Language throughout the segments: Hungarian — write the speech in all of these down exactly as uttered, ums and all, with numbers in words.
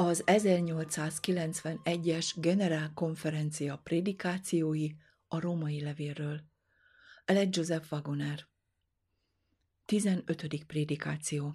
Az ezernyolcszázkilencvenegyes generálkonferencia prédikációi a római levélről. Elett Joseph Wagoner. tizenötödik prédikáció.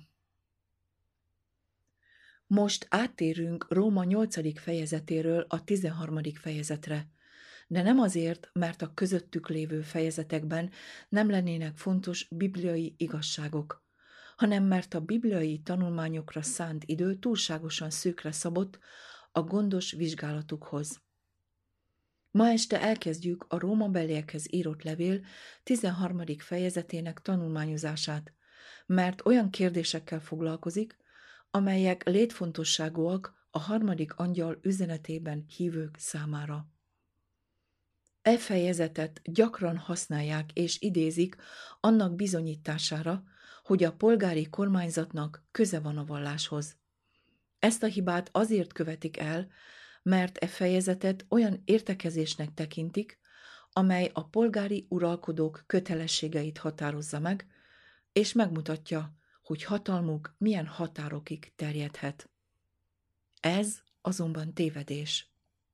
Most áttérünk Róma nyolcadik fejezetéről a tizenharmadik fejezetre, de nem azért, mert a közöttük lévő fejezetekben nem lennének fontos bibliai igazságok, hanem mert a bibliai tanulmányokra szánt idő túlságosan szűkre szabott a gondos vizsgálatukhoz. Ma este elkezdjük a rómabeliekhez írott levél tizenharmadik fejezetének tanulmányozását, mert olyan kérdésekkel foglalkozik, amelyek létfontosságúak a harmadik angyal üzenetében hívők számára. E fejezetet gyakran használják és idézik annak bizonyítására, hogy a polgári kormányzatnak köze van a valláshoz. Ezt a hibát azért követik el, mert e fejezetet olyan értekezésnek tekintik, amely a polgári uralkodók kötelességeit határozza meg, és megmutatja, hogy hatalmuk milyen határokig terjedhet. Ez azonban tévedés.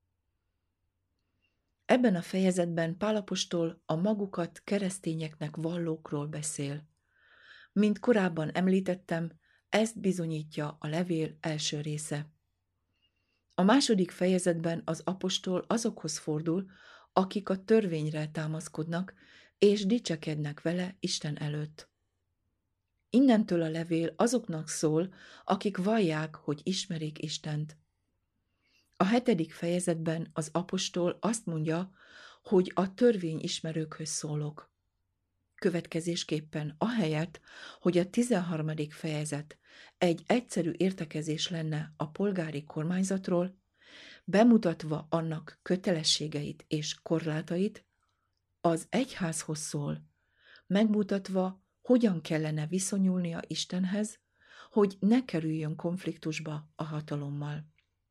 Ebben a fejezetben Pál apostol a magukat keresztényeknek vallókról beszél. Mint korábban említettem, ezt bizonyítja a levél első része. A második fejezetben az apostol azokhoz fordul, akik a törvényre támaszkodnak, és dicsekednek vele Isten előtt. Innentől a levél azoknak szól, akik vallják, hogy ismerik Istent. A hetedik fejezetben az apostol azt mondja, hogy a törvényismerőkhöz szólok. Következésképpen ahelyett, hogy a tizenharmadik fejezet egy egyszerű értekezés lenne a polgári kormányzatról, bemutatva annak kötelességeit és korlátait, az egyházhoz szól, megmutatva, hogyan kellene viszonyulnia Istenhez, hogy ne kerüljön konfliktusba a hatalommal.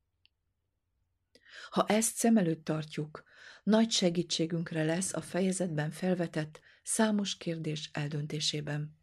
Ha ezt szem előtt tartjuk, nagy segítségünkre lesz a fejezetben felvetett számos kérdés eldöntésében.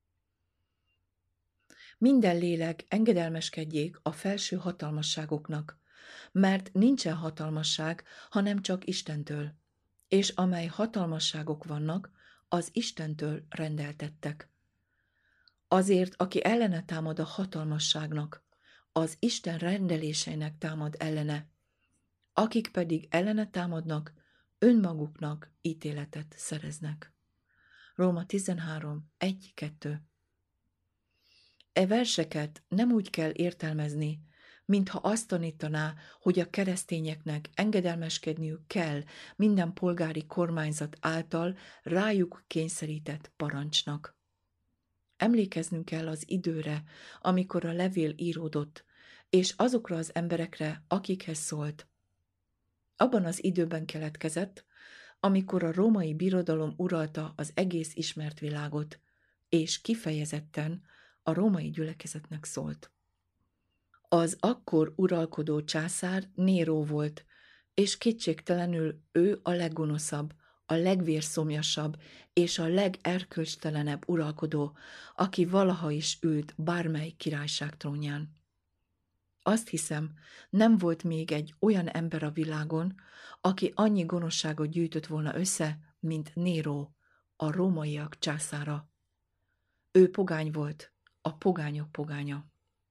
Minden lélek engedelmeskedjék a felső hatalmasságoknak, mert nincsen hatalmasság, hanem csak Istentől, és amely hatalmasságok vannak, az Istentől rendeltettek. Azért, aki ellene támad a hatalmasságnak, az Isten rendeléseinek támad ellene, akik pedig ellene támadnak, önmaguknak ítéletet szereznek. Róma tizenhárom, egy, kettő. E verseket nem úgy kell értelmezni, mintha azt tanítaná, hogy a keresztényeknek engedelmeskedniük kell minden polgári kormányzat által rájuk kényszerített parancsnak. Emlékeznünk kell az időre, amikor a levél íródott, és azokra az emberekre, akikhez szólt. Abban az időben keletkezett, amikor a római birodalom uralta az egész ismert világot, és kifejezetten a római gyülekezetnek szólt. Az akkor uralkodó császár Néró volt, és kétségtelenül ő a leggonoszabb, a legvérszomjasabb és a legerkölcstelenebb uralkodó, aki valaha is ült bármely királyság trónján. Azt hiszem, nem volt még egy olyan ember a világon, aki annyi gonoszságot gyűjtött volna össze, mint Néró, a rómaiak császára. Ő pogány volt, a pogányok pogánya.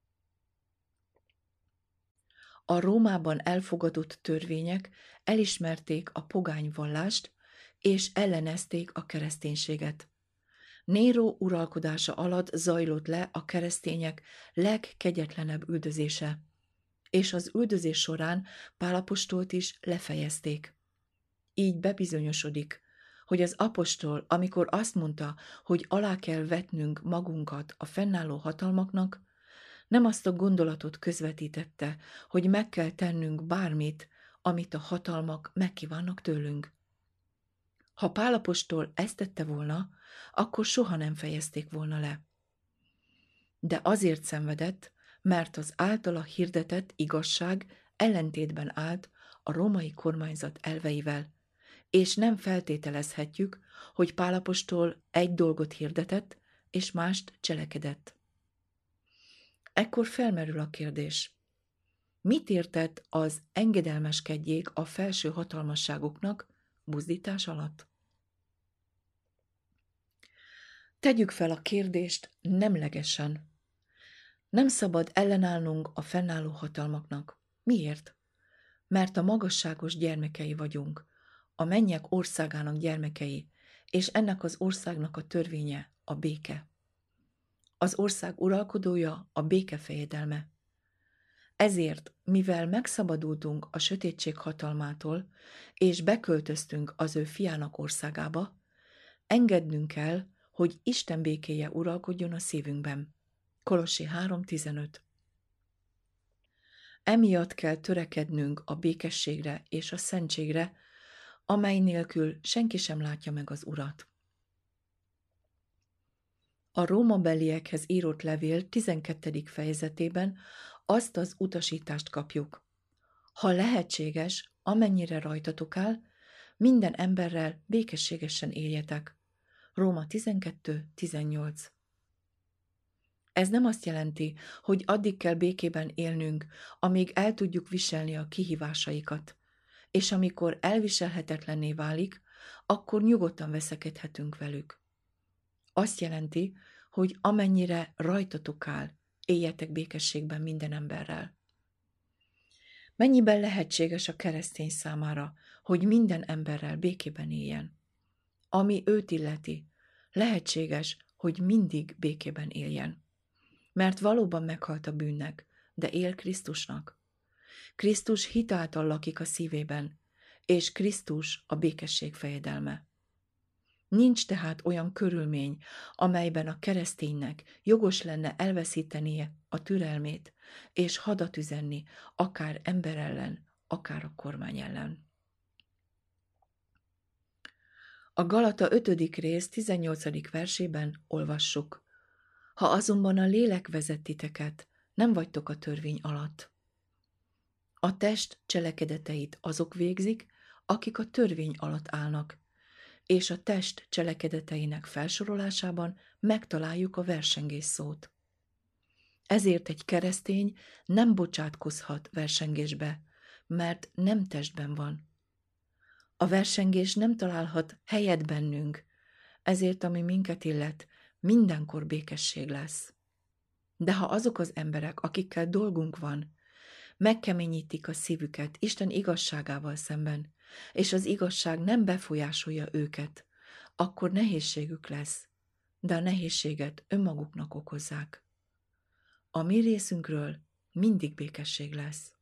A Rómában elfogadott törvények elismerték a pogány vallást, és ellenezték a kereszténységet. Néró uralkodása alatt zajlott le a keresztények legkegyetlenebb üldözése, és az üldözés során Pál apostolt is lefejezték. Így bebizonyosodik, hogy az apostol, amikor azt mondta, hogy alá kell vetnünk magunkat a fennálló hatalmaknak, nem azt a gondolatot közvetítette, hogy meg kell tennünk bármit, amit a hatalmak megkívánnak tőlünk. Ha Pál apostol ezt tette volna, akkor soha nem fejezték volna le. De azért szenvedett, mert az általa hirdetett igazság ellentétben állt a római kormányzat elveivel, és nem feltételezhetjük, hogy Pál apostol egy dolgot hirdetett, és mást cselekedett. Ekkor felmerül a kérdés. Mit értett az engedelmeskedjék a felső hatalmasságoknak buzdítás alatt? Tegyük fel a kérdést nemlegesen. Nem szabad ellenállnunk a fennálló hatalmaknak. Miért? Mert a magasságos gyermekei vagyunk, a mennyek országának gyermekei, és ennek az országnak a törvénye a béke. Az ország uralkodója a béke fejedelme. Ezért, mivel megszabadultunk a sötétség hatalmától, és beköltöztünk az ő fiának országába, engednünk kell, hogy Isten békéje uralkodjon a szívünkben. Kolossi három tizenöt. Emiatt kell törekednünk a békességre és a szentségre, amely nélkül senki sem látja meg az Urat. A rómabeliekhez írott levél tizenkettedik fejezetében azt az utasítást kapjuk. Ha lehetséges, amennyire rajtatok áll, minden emberrel békességesen éljetek. Róma tizenkettő tizennyolc. Ez nem azt jelenti, hogy addig kell békében élnünk, amíg el tudjuk viselni a kihívásaikat, és amikor elviselhetetlenné válik, akkor nyugodtan veszekedhetünk velük. Azt jelenti, hogy amennyire rajtatok áll, éljetek békességben minden emberrel. Mennyiben lehetséges a keresztény számára, hogy minden emberrel békében éljen? Ami őt illeti, lehetséges, hogy mindig békében éljen. Mert valóban meghalt a bűnnek, de él Krisztusnak. Krisztus hitáltal lakik a szívében, és Krisztus a békesség fejedelme. Nincs tehát olyan körülmény, amelyben a kereszténynek jogos lenne elveszítenie a türelmét, és hadat üzenni, akár ember ellen, akár a kormány ellen. A Galata ötödik rész tizennyolcadik versében olvassuk: Ha azonban a lélek vezet titeket, nem vagytok a törvény alatt. A test cselekedeteit azok végzik, akik a törvény alatt állnak, és a test cselekedeteinek felsorolásában megtaláljuk a versengés szót. Ezért egy keresztény nem bocsátkozhat versengésbe, mert nem testben van. A versengés nem találhat helyet bennünk, ezért ami minket illet, mindenkor békesség lesz. De ha azok az emberek, akikkel dolgunk van, megkeményítik a szívüket Isten igazságával szemben, és az igazság nem befolyásolja őket, akkor nehézségük lesz, de a nehézséget önmaguknak okozzák. A mi részünkről mindig békesség lesz.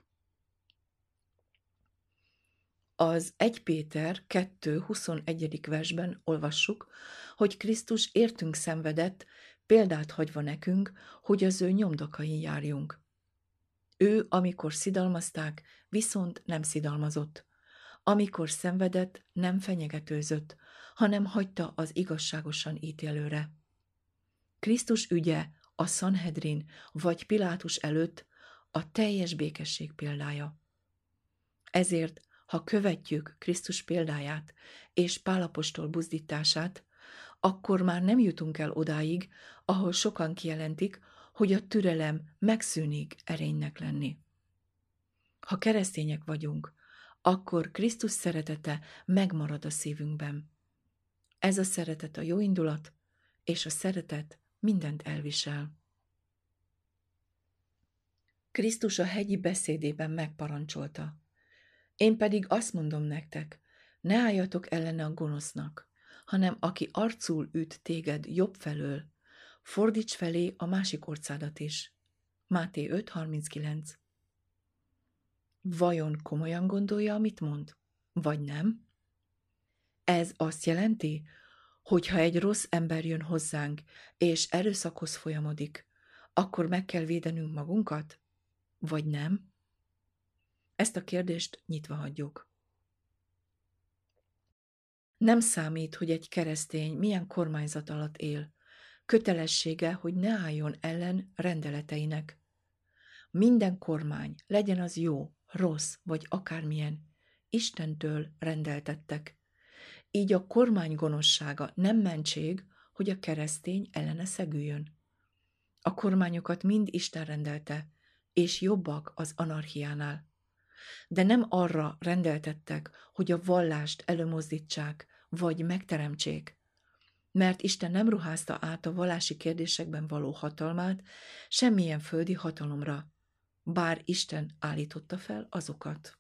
Az Első Péter kettő huszonegyedik versben olvassuk, hogy Krisztus értünk szenvedett, példát hagyva nekünk, hogy az ő nyomdokain járjunk. Ő, amikor szidalmazták, viszont nem szidalmazott. Amikor szenvedett, nem fenyegetőzött, hanem hagyta az igazságosan ítélőre. Krisztus ügye a Sanhedrin vagy Pilátus előtt a teljes békesség példája. Ezért, ha követjük Krisztus példáját és Pál apostol buzdítását, akkor már nem jutunk el odáig, ahol sokan kijelentik, hogy a türelem megszűnik erénynek lenni. Ha keresztények vagyunk, akkor Krisztus szeretete megmarad a szívünkben. Ez a szeretet a jó indulat, és a szeretet mindent elvisel. Krisztus a hegyi beszédében megparancsolta: Én pedig azt mondom nektek, ne álljatok ellene a gonosznak, hanem aki arcul üt téged jobb felől, fordíts felé a másik orcádat is. Máté öt harminckilenc. Vajon komolyan gondolja, amit mond? Vagy nem? Ez azt jelenti, hogy ha egy rossz ember jön hozzánk, és erőszakhoz folyamodik, akkor meg kell védenünk magunkat? Vagy nem? Ezt a kérdést nyitva hagyjuk. Nem számít, hogy egy keresztény milyen kormányzat alatt él. Kötelessége, hogy ne álljon ellen rendeleteinek. Minden kormány, legyen az jó, rossz vagy akármilyen, Istentől rendeltettek. Így a kormány gonoszsága nem mentség, hogy a keresztény ellene szegüljön. A kormányokat mind Isten rendelte, és jobbak az anarchiánál. De nem arra rendeltettek, hogy a vallást előmozdítsák, vagy megteremtsék, mert Isten nem ruházta át a vallási kérdésekben való hatalmát semmilyen földi hatalomra, bár Isten állította fel azokat.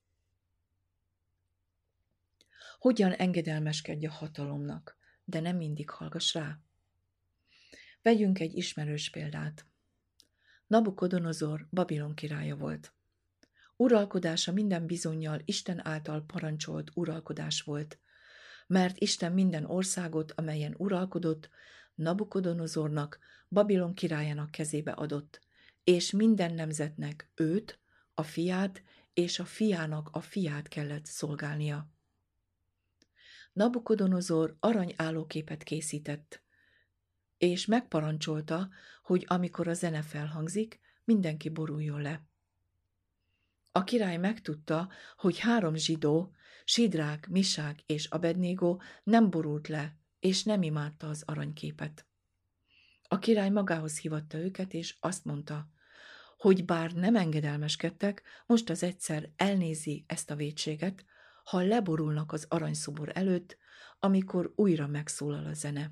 Hogyan engedelmeskedj a hatalomnak, de nem mindig hallgass rá? Vegyünk egy ismerős példát. Nabukodonozor Babilon királya volt. Uralkodása minden bizonnyal Isten által parancsolt uralkodás volt, mert Isten minden országot, amelyen uralkodott, Nabukodonozornak, Babilon királyának kezébe adott, és minden nemzetnek őt, a fiát és a fiának a fiát kellett szolgálnia. Nabukodonozor aranyállóképet készített, és megparancsolta, hogy amikor a zene felhangzik, mindenki boruljon le. A király megtudta, hogy három zsidó, Sidrák, Misák és Abednégo nem borult le, és nem imádta az aranyképet. A király magához hívatta őket, és azt mondta, hogy bár nem engedelmeskedtek, most az egyszer elnézi ezt a vétséget, ha leborulnak az aranyszobor előtt, amikor újra megszólal a zene.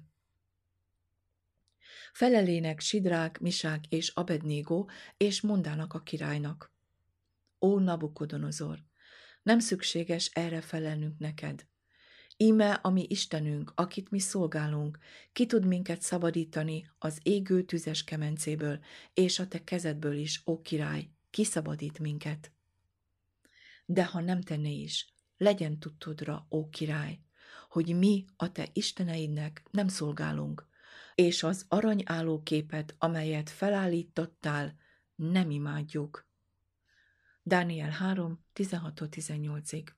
Felelének Sidrák, Misák és Abednégo, és mondának a királynak: Ó Nabukodonozor, nem szükséges erre felelnünk neked. Íme a mi Istenünk, akit mi szolgálunk, ki tud minket szabadítani az égő tüzes kemencéből, és a te kezedből is, ó király, kiszabadít minket. De ha nem tenné is, legyen tudtodra, ó király, hogy mi a te isteneidnek nem szolgálunk, és az aranyálló képet, amelyet felállítottál, nem imádjuk. Dániel három, tizenhat tizennyolcig.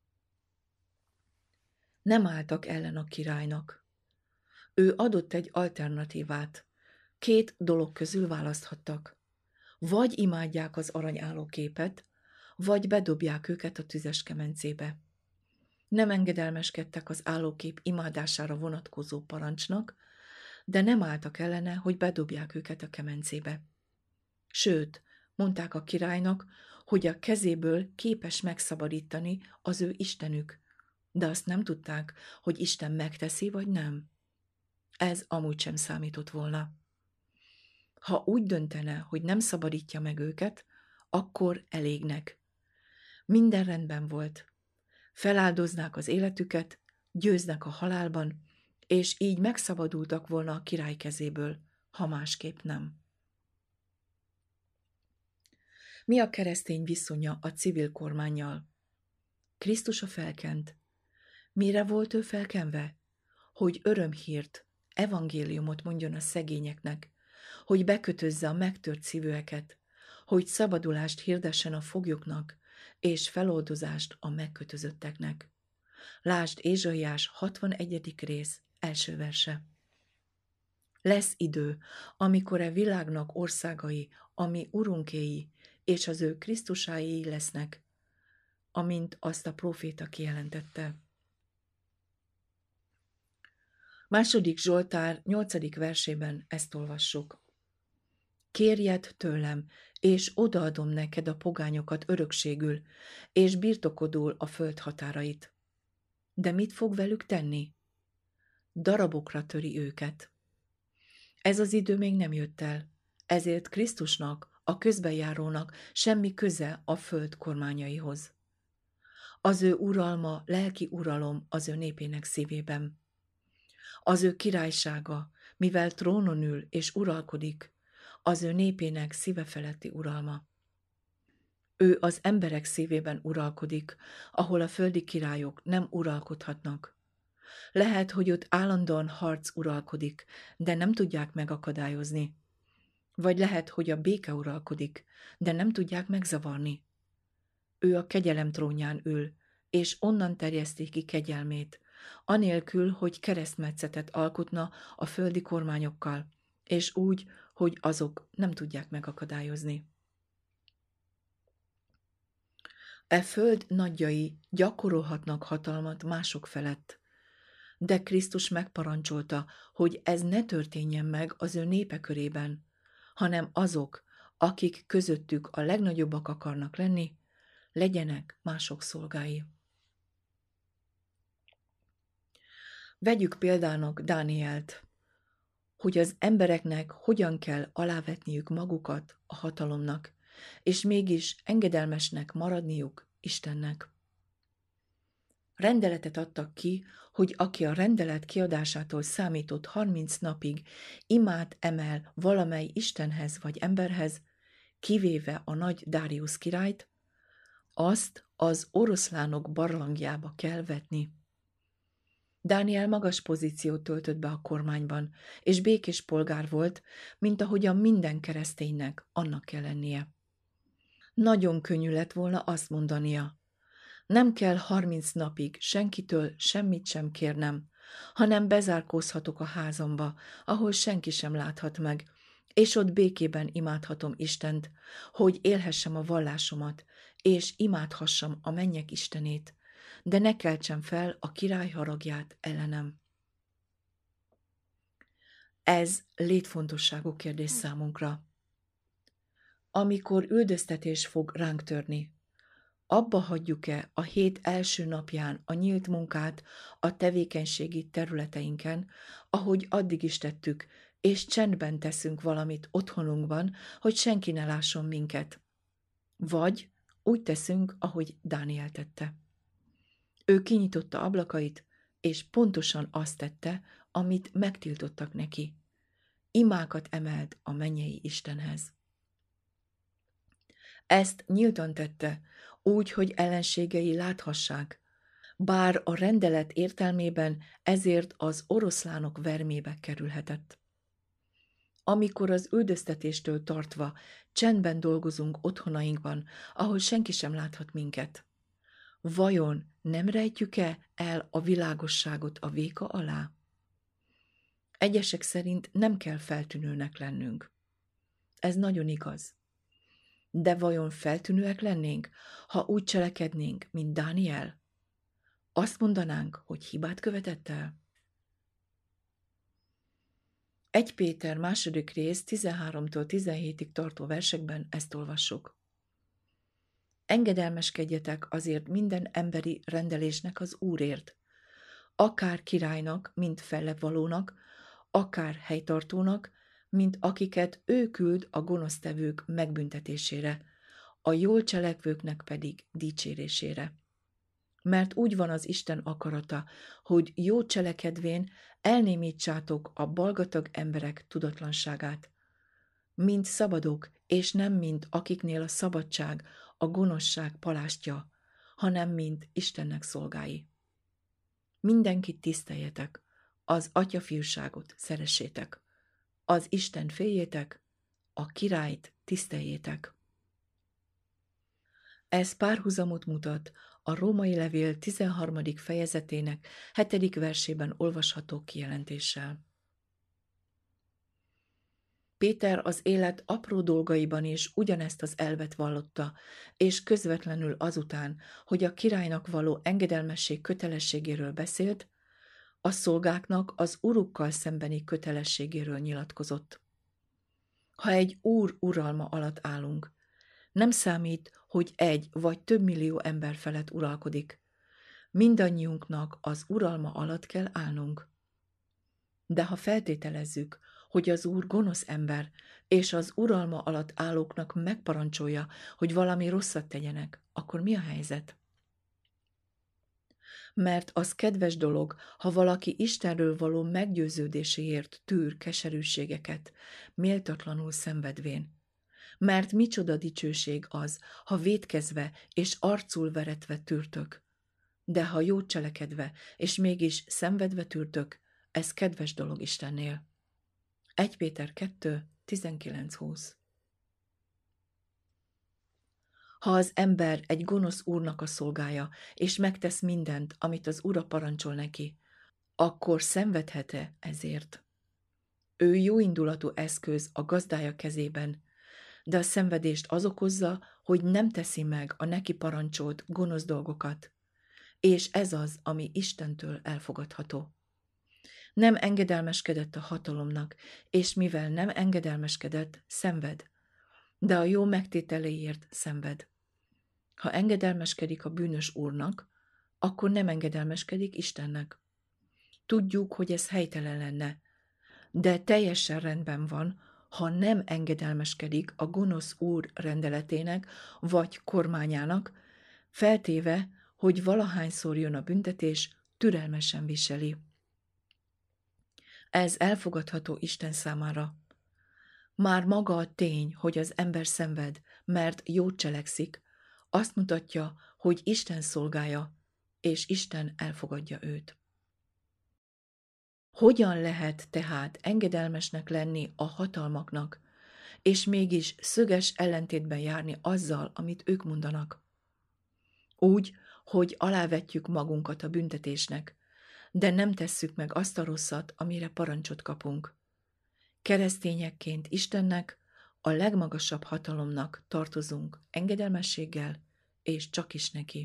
Nem álltak ellen a királynak. Ő adott egy alternatívát. Két dolog közül választhattak. Vagy imádják az aranyálló képet, vagy bedobják őket a tüzes kemencébe. Nem engedelmeskedtek az állókép imádására vonatkozó parancsnak, de nem álltak ellene, hogy bedobják őket a kemencébe. Sőt, mondták a királynak, hogy a kezéből képes megszabadítani az ő istenük, de azt nem tudták, hogy Isten megteszi, vagy nem. Ez amúgy sem számított volna. Ha úgy döntene, hogy nem szabadítja meg őket, akkor elégnek. Minden rendben volt. Feláldoznák az életüket, győznek a halálban, és így megszabadultak volna a király kezéből, ha másképp nem. Mi a keresztény viszonya a civil kormánnyal? Krisztus a felkent. Mire volt ő felkenve? Hogy örömhírt, evangéliumot mondjon a szegényeknek, hogy bekötözze a megtört szívűeket, hogy szabadulást hirdessen a foglyoknak, és feloldozást a megkötözötteknek. Lásd Ézsaiás hatvanegyedik rész, első verse. Lesz idő, amikor e világnak országai, ami urunkéi, és az ő Krisztusáéi lesznek, amint azt a próféta kijelentette. Második Zsoltár nyolcadik versében ezt olvassuk. Kérjed tőlem, és odaadom neked a pogányokat örökségül, és birtokodul a föld határait. De mit fog velük tenni? Darabokra töri őket. Ez az idő még nem jött el, ezért Krisztusnak, a közbenjárónak semmi köze a föld kormányaihoz. Az ő uralma lelki uralom az ő népének szívében. Az ő királysága, mivel trónon ül és uralkodik, az ő népének szíve feletti uralma. Ő az emberek szívében uralkodik, ahol a földi királyok nem uralkodhatnak. Lehet, hogy ott állandóan harc uralkodik, de nem tudják megakadályozni. Vagy lehet, hogy a béke uralkodik, de nem tudják megzavarni. Ő a kegyelem trónján ül, és onnan terjeszti ki kegyelmét, anélkül, hogy keresztmetszetet alkotna a földi kormányokkal, és úgy, hogy azok nem tudják megakadályozni. E föld nagyjai gyakorolhatnak hatalmat mások felett, de Krisztus megparancsolta, hogy ez ne történjen meg az ő népe körében, hanem azok, akik közöttük a legnagyobbak akarnak lenni, legyenek mások szolgái. Vegyük példának Dánielt, hogy az embereknek hogyan kell alávetniük magukat a hatalomnak, és mégis engedelmesnek maradniuk Istennek. Rendeletet adtak ki, hogy aki a rendelet kiadásától számított harminc napig imát emel valamely Istenhez vagy emberhez, kivéve a nagy Dáriusz királyt, azt az oroszlánok barlangjába kell vetni. Dániel magas pozíciót töltött be a kormányban, és békés polgár volt, mint ahogyan minden kereszténynek annak kell lennie. Nagyon könnyű lett volna azt mondania: nem kell harminc napig senkitől semmit sem kérnem, hanem bezárkózhatok a házamba, ahol senki sem láthat meg, és ott békében imádhatom Istent, hogy élhessem a vallásomat, és imádhassam a mennyek Istenét, de ne keltsem fel a király haragját ellenem. Ez létfontosságú kérdés számunkra. Amikor üldöztetés fog ránk törni, abba hagyjuk-e a hét első napján a nyílt munkát a tevékenységi területeinken, ahogy addig is tettük, és csendben teszünk valamit otthonunkban, hogy senki ne lásson minket? Vagy úgy teszünk, ahogy Dániel tette. Ő kinyitotta ablakait, és pontosan azt tette, amit megtiltottak neki. Imákat emelt a mennyei Istenhez. Ezt nyíltan tette, úgy, hogy ellenségei láthassák, bár a rendelet értelmében ezért az oroszlánok vermébe kerülhetett. Amikor az üldöztetéstől tartva csendben dolgozunk otthonainkban, ahol senki sem láthat minket, vajon nem rejtjük-e el a világosságot a véka alá? Egyesek szerint nem kell feltűnőnek lennünk. Ez nagyon igaz. De vajon feltűnőek lennénk, ha úgy cselekednénk, mint Dániel? Azt mondanánk, hogy hibát követett el? Egy Péter második rész tizenháromtól tizenhétig tartó versekben ezt olvassuk. Engedelmeskedjetek azért minden emberi rendelésnek az Úrért, akár királynak, mint fellevalónak, akár helytartónak, mint akiket ő küld a gonosztevők megbüntetésére, a jól cselekvőknek pedig dicsérésére. Mert úgy van az Isten akarata, hogy jó cselekedvén elnémítsátok a balgatag emberek tudatlanságát, mint szabadok, és nem mint akiknél a szabadság a gonoszság palástja, hanem mint Istennek szolgái. Mindenkit tiszteljetek, az atyafiúságot szeressétek, az Isten féljétek, a királyt tiszteljétek. Ez párhuzamot mutat a római levél tizenharmadik fejezetének hetedik versében olvasható kijelentéssel. Péter az élet apró dolgaiban is ugyanezt az elvet vallotta, és közvetlenül azután, hogy a királynak való engedelmesség kötelességéről beszélt, a szolgáknak az urukkal szembeni kötelességéről nyilatkozott. Ha egy úr uralma alatt állunk, nem számít, hogy egy vagy több millió ember felett uralkodik. Mindannyiunknak az uralma alatt kell állnunk. De ha feltételezzük, hogy az úr gonosz ember, és az uralma alatt állóknak megparancsolja, hogy valami rosszat tegyenek, akkor mi a helyzet? Mert az kedves dolog, ha valaki Istenről való meggyőződéséért tűr keserűségeket, méltatlanul szenvedvén. Mert micsoda dicsőség az, ha vétkezve és arcul veretve tűrtök. De ha jót cselekedve és mégis szenvedve tűrtök, ez kedves dolog Istennél. egy Péter kettő tizenkilenc húsz. Ha az ember egy gonosz úrnak a szolgája, és megtesz mindent, amit az ura parancsol neki, akkor szenvedhet-e ezért? Ő jóindulatú eszköz a gazdája kezében, de a szenvedést az okozza, hogy nem teszi meg a neki parancsolt gonosz dolgokat, és ez az, ami Istentől elfogadható. Nem engedelmeskedett a hatalomnak, és mivel nem engedelmeskedett, szenved. de a jó megtételéért szenved. Ha engedelmeskedik a bűnös úrnak, akkor nem engedelmeskedik Istennek. Tudjuk, hogy ez helytelen lenne, de teljesen rendben van, ha nem engedelmeskedik a gonosz úr rendeletének vagy kormányának, feltéve, hogy valahányszor jön a büntetés, türelmesen viseli. Ez elfogadható Isten számára. Már maga a tény, hogy az ember szenved, mert jót cselekszik, azt mutatja, hogy Isten szolgája, és Isten elfogadja őt. Hogyan lehet tehát engedelmesnek lenni a hatalmaknak, és mégis szöges ellentétben járni azzal, amit ők mondanak? Úgy, hogy alávetjük magunkat a büntetésnek, de nem tesszük meg azt a rosszat, amire parancsot kapunk. Keresztényekként Istennek, a legmagasabb hatalomnak tartozunk engedelmességgel, és csak is neki.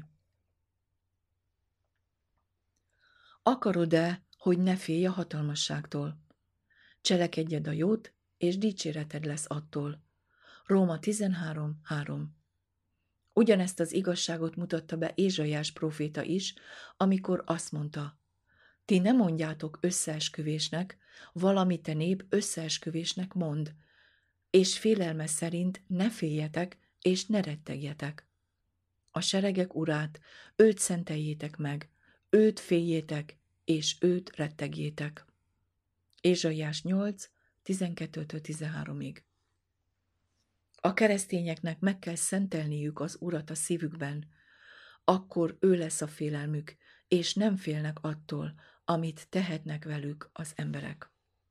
Akarod-e, hogy ne félj a hatalmasságtól? Cselekedjed a jót, és dicséreted lesz attól. Róma tizenhárom három. Ugyanezt az igazságot mutatta be Ézsaiás próféta is, amikor azt mondta: ti nem mondjátok összeesküvésnek, valami te nép összeesküvésnek mond, és félelme szerint ne féljetek, és ne rettegjetek. A seregek urát, őt szenteljétek meg, őt féljétek, és őt rettegjétek. Ézsaiás nyolc tizenkettőtől tizenháromig. A keresztényeknek meg kell szentelniük az Urat a szívükben, akkor ő lesz a félelmük, és nem félnek attól, amit tehetnek velük az emberek.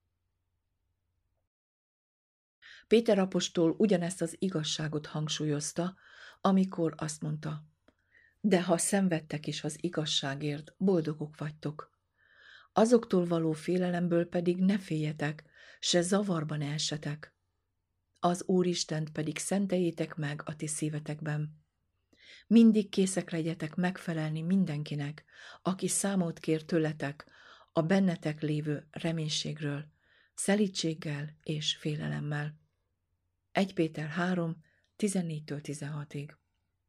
Péter apostol ugyanezt az igazságot hangsúlyozta, amikor azt mondta: de ha szenvedtek is az igazságért, boldogok vagytok. Azoktól való félelemből pedig ne féljetek, se zavarba ne essetek. Az Úristent pedig szenteljétek meg a ti szívetekben. Mindig készek legyetek megfelelni mindenkinek, aki számot kér tőletek a bennetek lévő reménységről, szelídséggel és félelemmel. egy Péter három tizennégytől tizenhatig.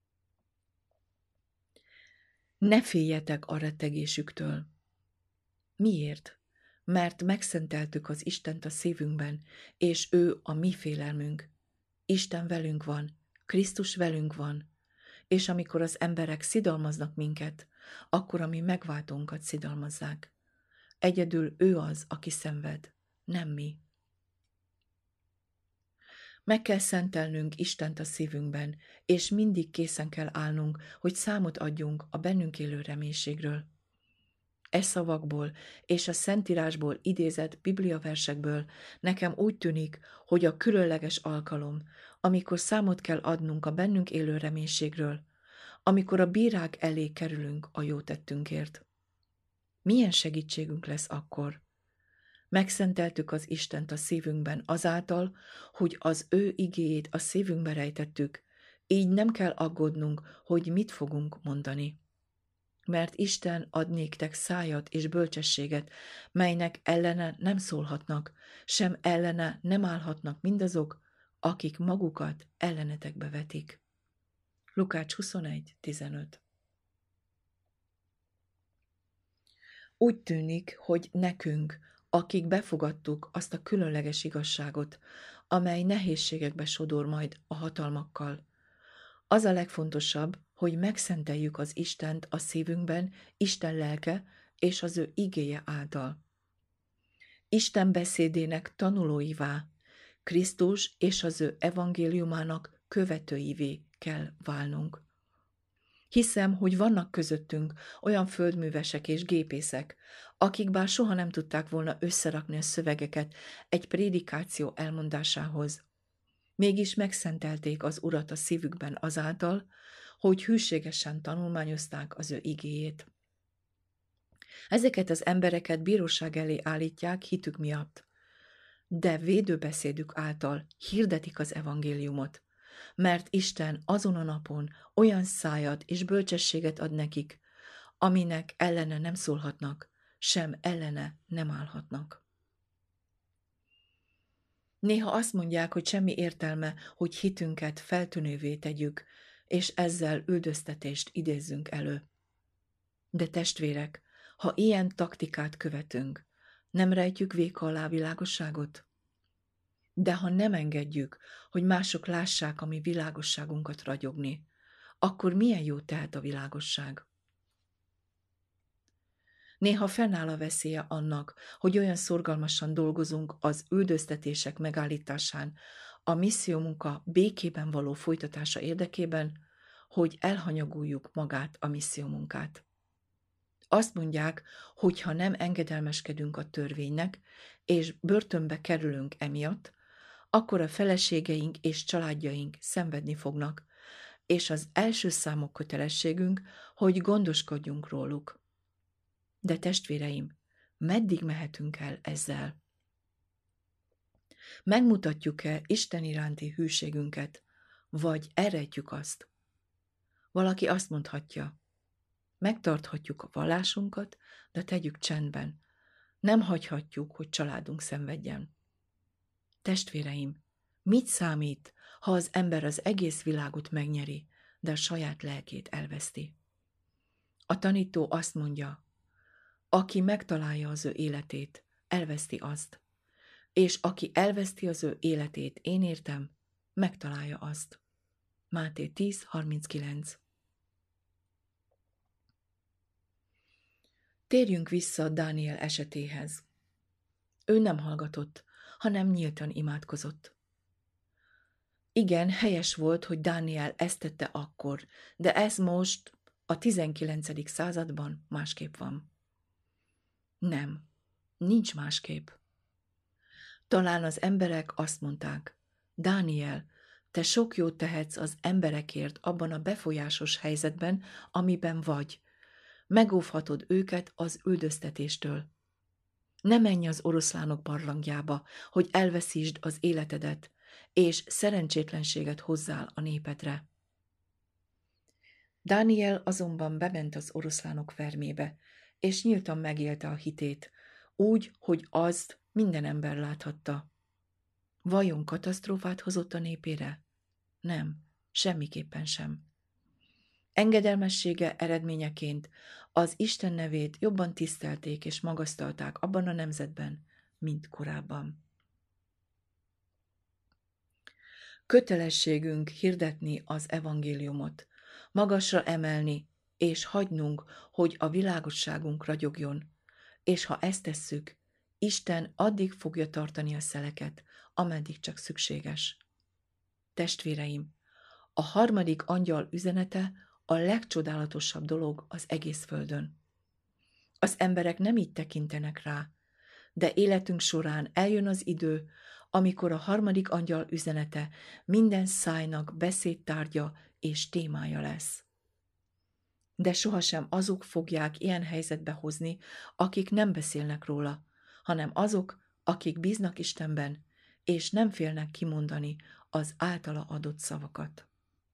Ne féljetek a rettegésüktől. Miért? Mert megszenteltük az Istent a szívünkben, és ő a mi félelmünk. Isten velünk van, Krisztus velünk van, és amikor az emberek szidalmaznak minket, akkor a mi megváltónkat szidalmazzák. Egyedül ő az, aki szenved, nem mi. Meg kell szentelnünk Istent a szívünkben, és mindig készen kell állnunk, hogy számot adjunk a bennünk élő reménységről. E szavakból és a Szentírásból idézett bibliaversekből nekem úgy tűnik, hogy a különleges alkalom, amikor számot kell adnunk a bennünk élő reménységről, amikor a bírák elé kerülünk a jó tettünkért. Milyen segítségünk lesz akkor? Megszenteltük az Istent a szívünkben azáltal, hogy az ő igéjét a szívünkbe rejtettük, így nem kell aggódnunk, hogy mit fogunk mondani. Mert Isten ad néktek szájat és bölcsességet, melynek ellene nem szólhatnak, sem ellene nem állhatnak mindazok, akik magukat ellenetekbe vetik. Lukács huszonegy tizenöt. Úgy tűnik, hogy nekünk, akik befogadtuk azt a különleges igazságot, amely nehézségekbe sodor majd a hatalmakkal, az a legfontosabb, hogy megszenteljük az Istent a szívünkben, Isten lelke és az ő igéje által. Isten beszédének tanulóivá, Krisztus és az ő evangéliumának követőivé kell válnunk. Hiszem, hogy vannak közöttünk olyan földművesek és gépészek, akik bár soha nem tudták volna összerakni a szövegeket egy prédikáció elmondásához, mégis megszentelték az Urat a szívükben azáltal, hogy hűségesen tanulmányozták az ő igéjét. Ezeket az embereket bíróság elé állítják hitük miatt, de védőbeszédük által hirdetik az evangéliumot, mert Isten azon a napon olyan szájat és bölcsességet ad nekik, aminek ellene nem szólhatnak, sem ellene nem állhatnak. Néha azt mondják, hogy semmi értelme, hogy hitünket feltűnővé tegyük, és ezzel üldöztetést idézzünk elő. De testvérek, ha ilyen taktikát követünk, nem rejtjük véka alá világosságot? De ha nem engedjük, hogy mások lássák a mi világosságunkat ragyogni, akkor milyen jót tehet a világosság? Néha fennáll a veszélye annak, hogy olyan szorgalmasan dolgozunk az üldöztetések megállításán, a missziómunka békében való folytatása érdekében, hogy elhanyagoljuk magát a missziómunkát. Azt mondják, hogy ha nem engedelmeskedünk a törvénynek, és börtönbe kerülünk emiatt, akkor a feleségeink és családjaink szenvedni fognak, és az első számú kötelességünk, hogy gondoskodjunk róluk. De testvéreim, meddig mehetünk el ezzel? Megmutatjuk-e Isten iránti hűségünket, vagy elrejtjük azt? Valaki azt mondhatja, megtarthatjuk a vallásunkat, de tegyük csendben. Nem hagyhatjuk, hogy családunk szenvedjen. Testvéreim, mit számít, ha az ember az egész világot megnyeri, de a saját lelkét elveszti? A tanító azt mondja, aki megtalálja az ő életét, elveszti azt, és aki elveszti az ő életét, én értem, megtalálja azt. Máté tíz harminckilenc. Térjünk vissza Dániel esetéhez. Ő nem hallgatott, hanem nyíltan imádkozott. Igen, helyes volt, hogy Dániel ezt tette akkor, de ez most a tizenkilencedik században másképp van. Nem, nincs másképp. Talán az emberek azt mondták, Dániel, te sok jót tehetsz az emberekért abban a befolyásos helyzetben, amiben vagy. Megóvhatod őket az üldöztetéstől. Ne menj az oroszlánok barlangjába, hogy elveszítsd az életedet, és szerencsétlenséget hozzál a népedre. Dániel azonban bement az oroszlánok vermébe, és nyíltan megélte a hitét, úgy, hogy azt minden ember láthatta. Vajon katasztrófát hozott a népére? Nem, semmiképpen sem. Engedelmessége eredményeként az Isten nevét jobban tisztelték és magasztalták abban a nemzetben, mint korábban. Kötelességünk hirdetni az evangéliumot, magasra emelni és hagynunk, hogy a világosságunk ragyogjon, és ha ezt tesszük, Isten addig fogja tartani a szeleket, ameddig csak szükséges. Testvéreim, a harmadik angyal üzenete a legcsodálatosabb dolog az egész földön. Az emberek nem így tekintenek rá, de életünk során eljön az idő, amikor a harmadik angyal üzenete minden szájnak beszédtárgya és témája lesz. De sohasem azok fogják ilyen helyzetbe hozni, akik nem beszélnek róla, hanem azok, akik bíznak Istenben, és nem félnek kimondani az általa adott szavakat.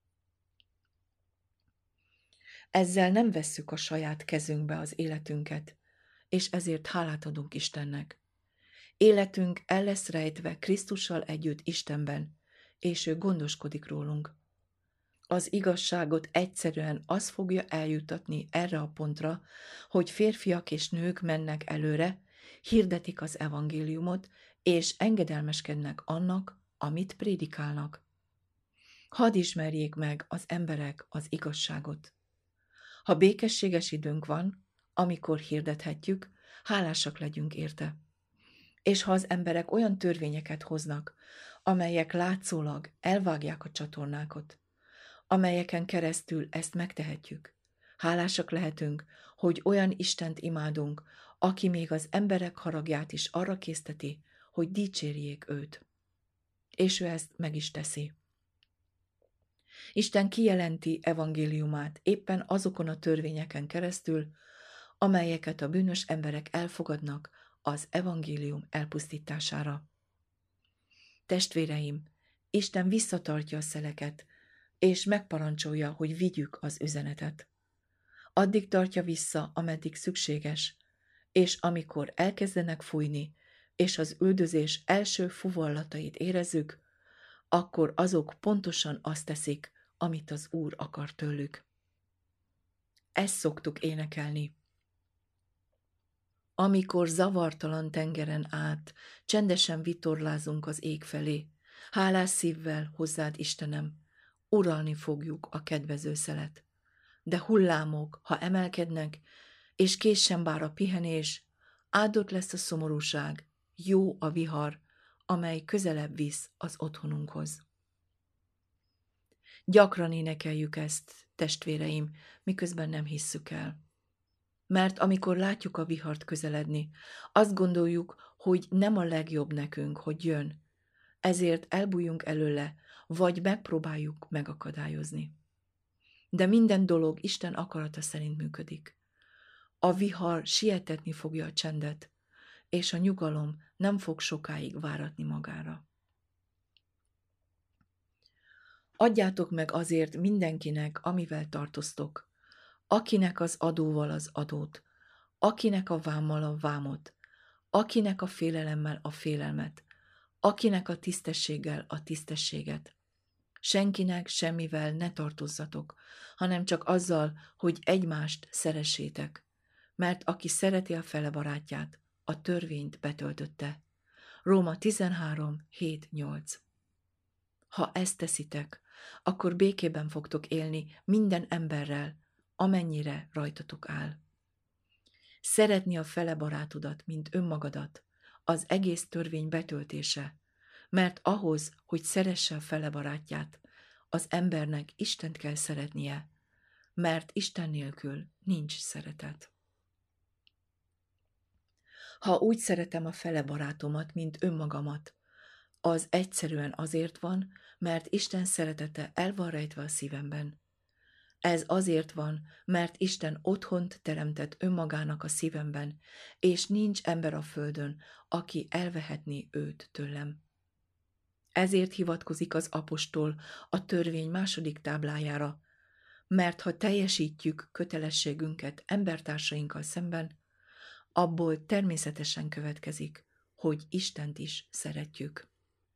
Ezzel nem vesszük a saját kezünkbe az életünket, és ezért hálát adunk Istennek. Életünk el lesz rejtve Krisztussal együtt Istenben, és ő gondoskodik rólunk. Az igazságot egyszerűen az fogja eljutatni erre a pontra, hogy férfiak és nők mennek előre, hirdetik az evangéliumot, és engedelmeskednek annak, amit prédikálnak. Hadd ismerjék meg az emberek az igazságot. Ha békességes időnk van, amikor hirdethetjük, hálásak legyünk érte. És ha az emberek olyan törvényeket hoznak, amelyek látszólag elvágják a csatornákat, amelyeken keresztül ezt megtehetjük, hálásak lehetünk, hogy olyan Istent imádunk, aki még az emberek haragját is arra készteti, hogy dicsérjék őt. És ő ezt meg is teszi. Isten kijelenti evangéliumát éppen azokon a törvényeken keresztül, amelyeket a bűnös emberek elfogadnak az evangélium elpusztítására. Testvéreim, Isten visszatartja a szeleket, és megparancsolja, hogy vigyük az üzenetet. Addig tartja vissza, ameddig szükséges, és amikor elkezdenek fújni, és az üldözés első fuvallatait érezzük, akkor azok pontosan azt teszik, amit az Úr akar tőlük. Ezt szoktuk énekelni. Amikor zavartalan tengeren át, csendesen vitorlázunk az ég felé, hálás szívvel hozzád, Istenem, uralni fogjuk a kedvező szelet. De hullámok, ha emelkednek, és késsen bár a pihenés, áldott lesz a szomorúság, jó a vihar, amely közelebb visz az otthonunkhoz. Gyakran énekeljük ezt, testvéreim, miközben nem hisszük el. Mert amikor látjuk a vihart közeledni, azt gondoljuk, hogy nem a legjobb nekünk, hogy jön, ezért elbújjunk előle, vagy megpróbáljuk megakadályozni. De minden dolog Isten akarata szerint működik. A vihar sietetni fogja a csendet, és a nyugalom nem fog sokáig váratni magára. Adjátok meg azért mindenkinek, amivel tartoztok, akinek az adóval az adót, akinek a vámmal a vámot, akinek a félelemmel a félelmet, akinek a tisztességgel a tisztességet. Senkinek semmivel ne tartozzatok, hanem csak azzal, hogy egymást szeressétek, mert aki szereti a fele barátját, a törvényt betöltötte. Róma tizenhárom hét nyolc. Ha ezt teszitek, akkor békében fogtok élni minden emberrel, amennyire rajtatok áll. Szeretni a fele barátodat, mint önmagadat, az egész törvény betöltése, mert ahhoz, hogy szeresse a fele barátját, az embernek Istent kell szeretnie, mert Isten nélkül nincs szeretet. Ha úgy szeretem a fele barátomat, mint önmagamat, az egyszerűen azért van, mert Isten szeretete el van rejtve a szívemben. Ez azért van, mert Isten otthont teremtett önmagának a szívemben, és nincs ember a földön, aki elvehetné őt tőlem. Ezért hivatkozik az apostol a törvény második táblájára, mert ha teljesítjük kötelességünket embertársainkkal szemben, abból természetesen következik, hogy Istent is szeretjük.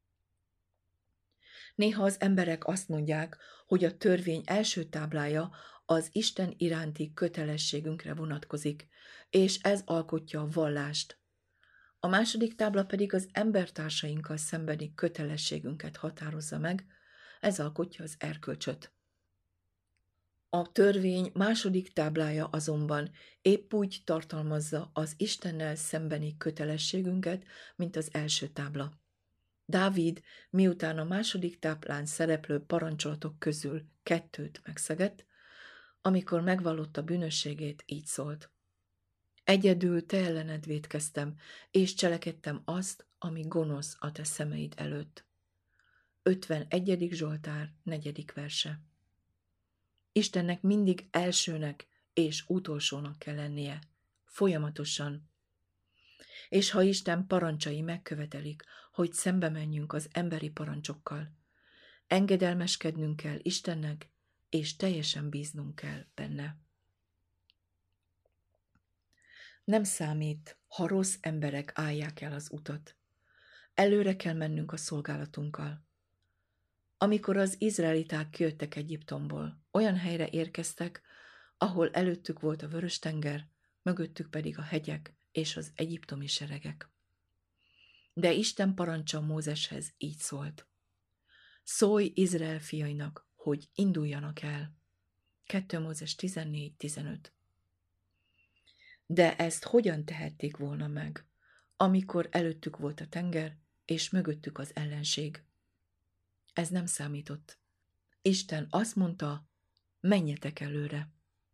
Néha az emberek azt mondják, hogy a törvény első táblája az Isten iránti kötelességünkre vonatkozik, és ez alkotja a vallást. A második tábla pedig az embertársainkkal szembeni kötelességünket határozza meg, ez alkotja az erkölcsöt. A törvény második táblája azonban épp úgy tartalmazza az Istennel szembeni kötelességünket, mint az első tábla. Dávid, miután a második táblán szereplő parancsolatok közül kettőt megszegett, amikor megvallotta bűnösségét, így szólt. Egyedül te ellened vétkeztem, és cselekedtem azt, ami gonosz a te szemeid előtt. ötvenegyedik Zsoltár, negyedik verse. Istennek mindig elsőnek és utolsónak kell lennie, folyamatosan. És ha Isten parancsai megkövetelik, hogy szembe menjünk az emberi parancsokkal, engedelmeskednünk kell Istennek, és teljesen bíznunk kell benne. Nem számít, ha rossz emberek állják el az utat. Előre kell mennünk a szolgálatunkkal. Amikor az izraeliták kijöttek Egyiptomból, olyan helyre érkeztek, ahol előttük volt a Vörös-tenger, mögöttük pedig a hegyek és az egyiptomi seregek. De Isten parancsa Mózeshez így szólt. Szólj Izrael fiainak, hogy induljanak el. kettő Mózes tizennégy tizenöt. De ezt hogyan tehették volna meg, amikor előttük volt a tenger, és mögöttük az ellenség? Ez nem számított. Isten azt mondta, menjetek előre.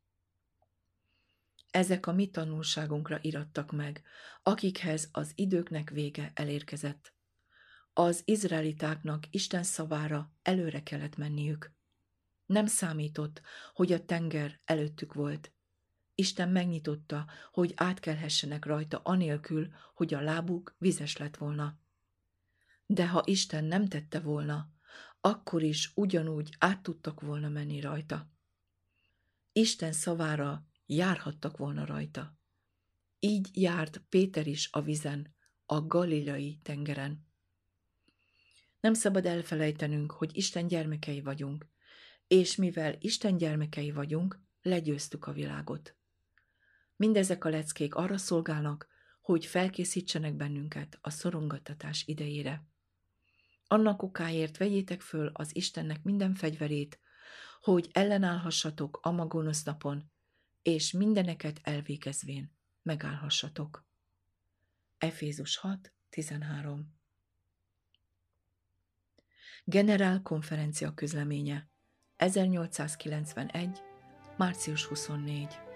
Ezek a mi tanulságunkra irattak meg, akikhez az időknek vége elérkezett. Az izraelitáknak Isten szavára előre kellett menniük. Nem számított, hogy a tenger előttük volt. Isten megnyitotta, hogy átkelhessenek rajta anélkül, hogy a lábuk vizes lett volna. De ha Isten nem tette volna, akkor is ugyanúgy át tudtak volna menni rajta. Isten szavára járhattak volna rajta. Így járt Péter is a vizen, a Galileai tengeren. Nem szabad elfelejtenünk, hogy Isten gyermekei vagyunk, és mivel Isten gyermekei vagyunk, legyőztük a világot. Mindezek a leckék arra szolgálnak, hogy felkészítsenek bennünket a szorongattatás idejére. Annak okáért vegyétek föl az Istennek minden fegyverét, hogy ellenállhassatok a ma gonosz napon, és mindeneket elvégezvén megállhassatok. Efézus hat tizenhárom. Generál konferencia közleménye ezernyolcszázkilencvenegy. március huszonnégy.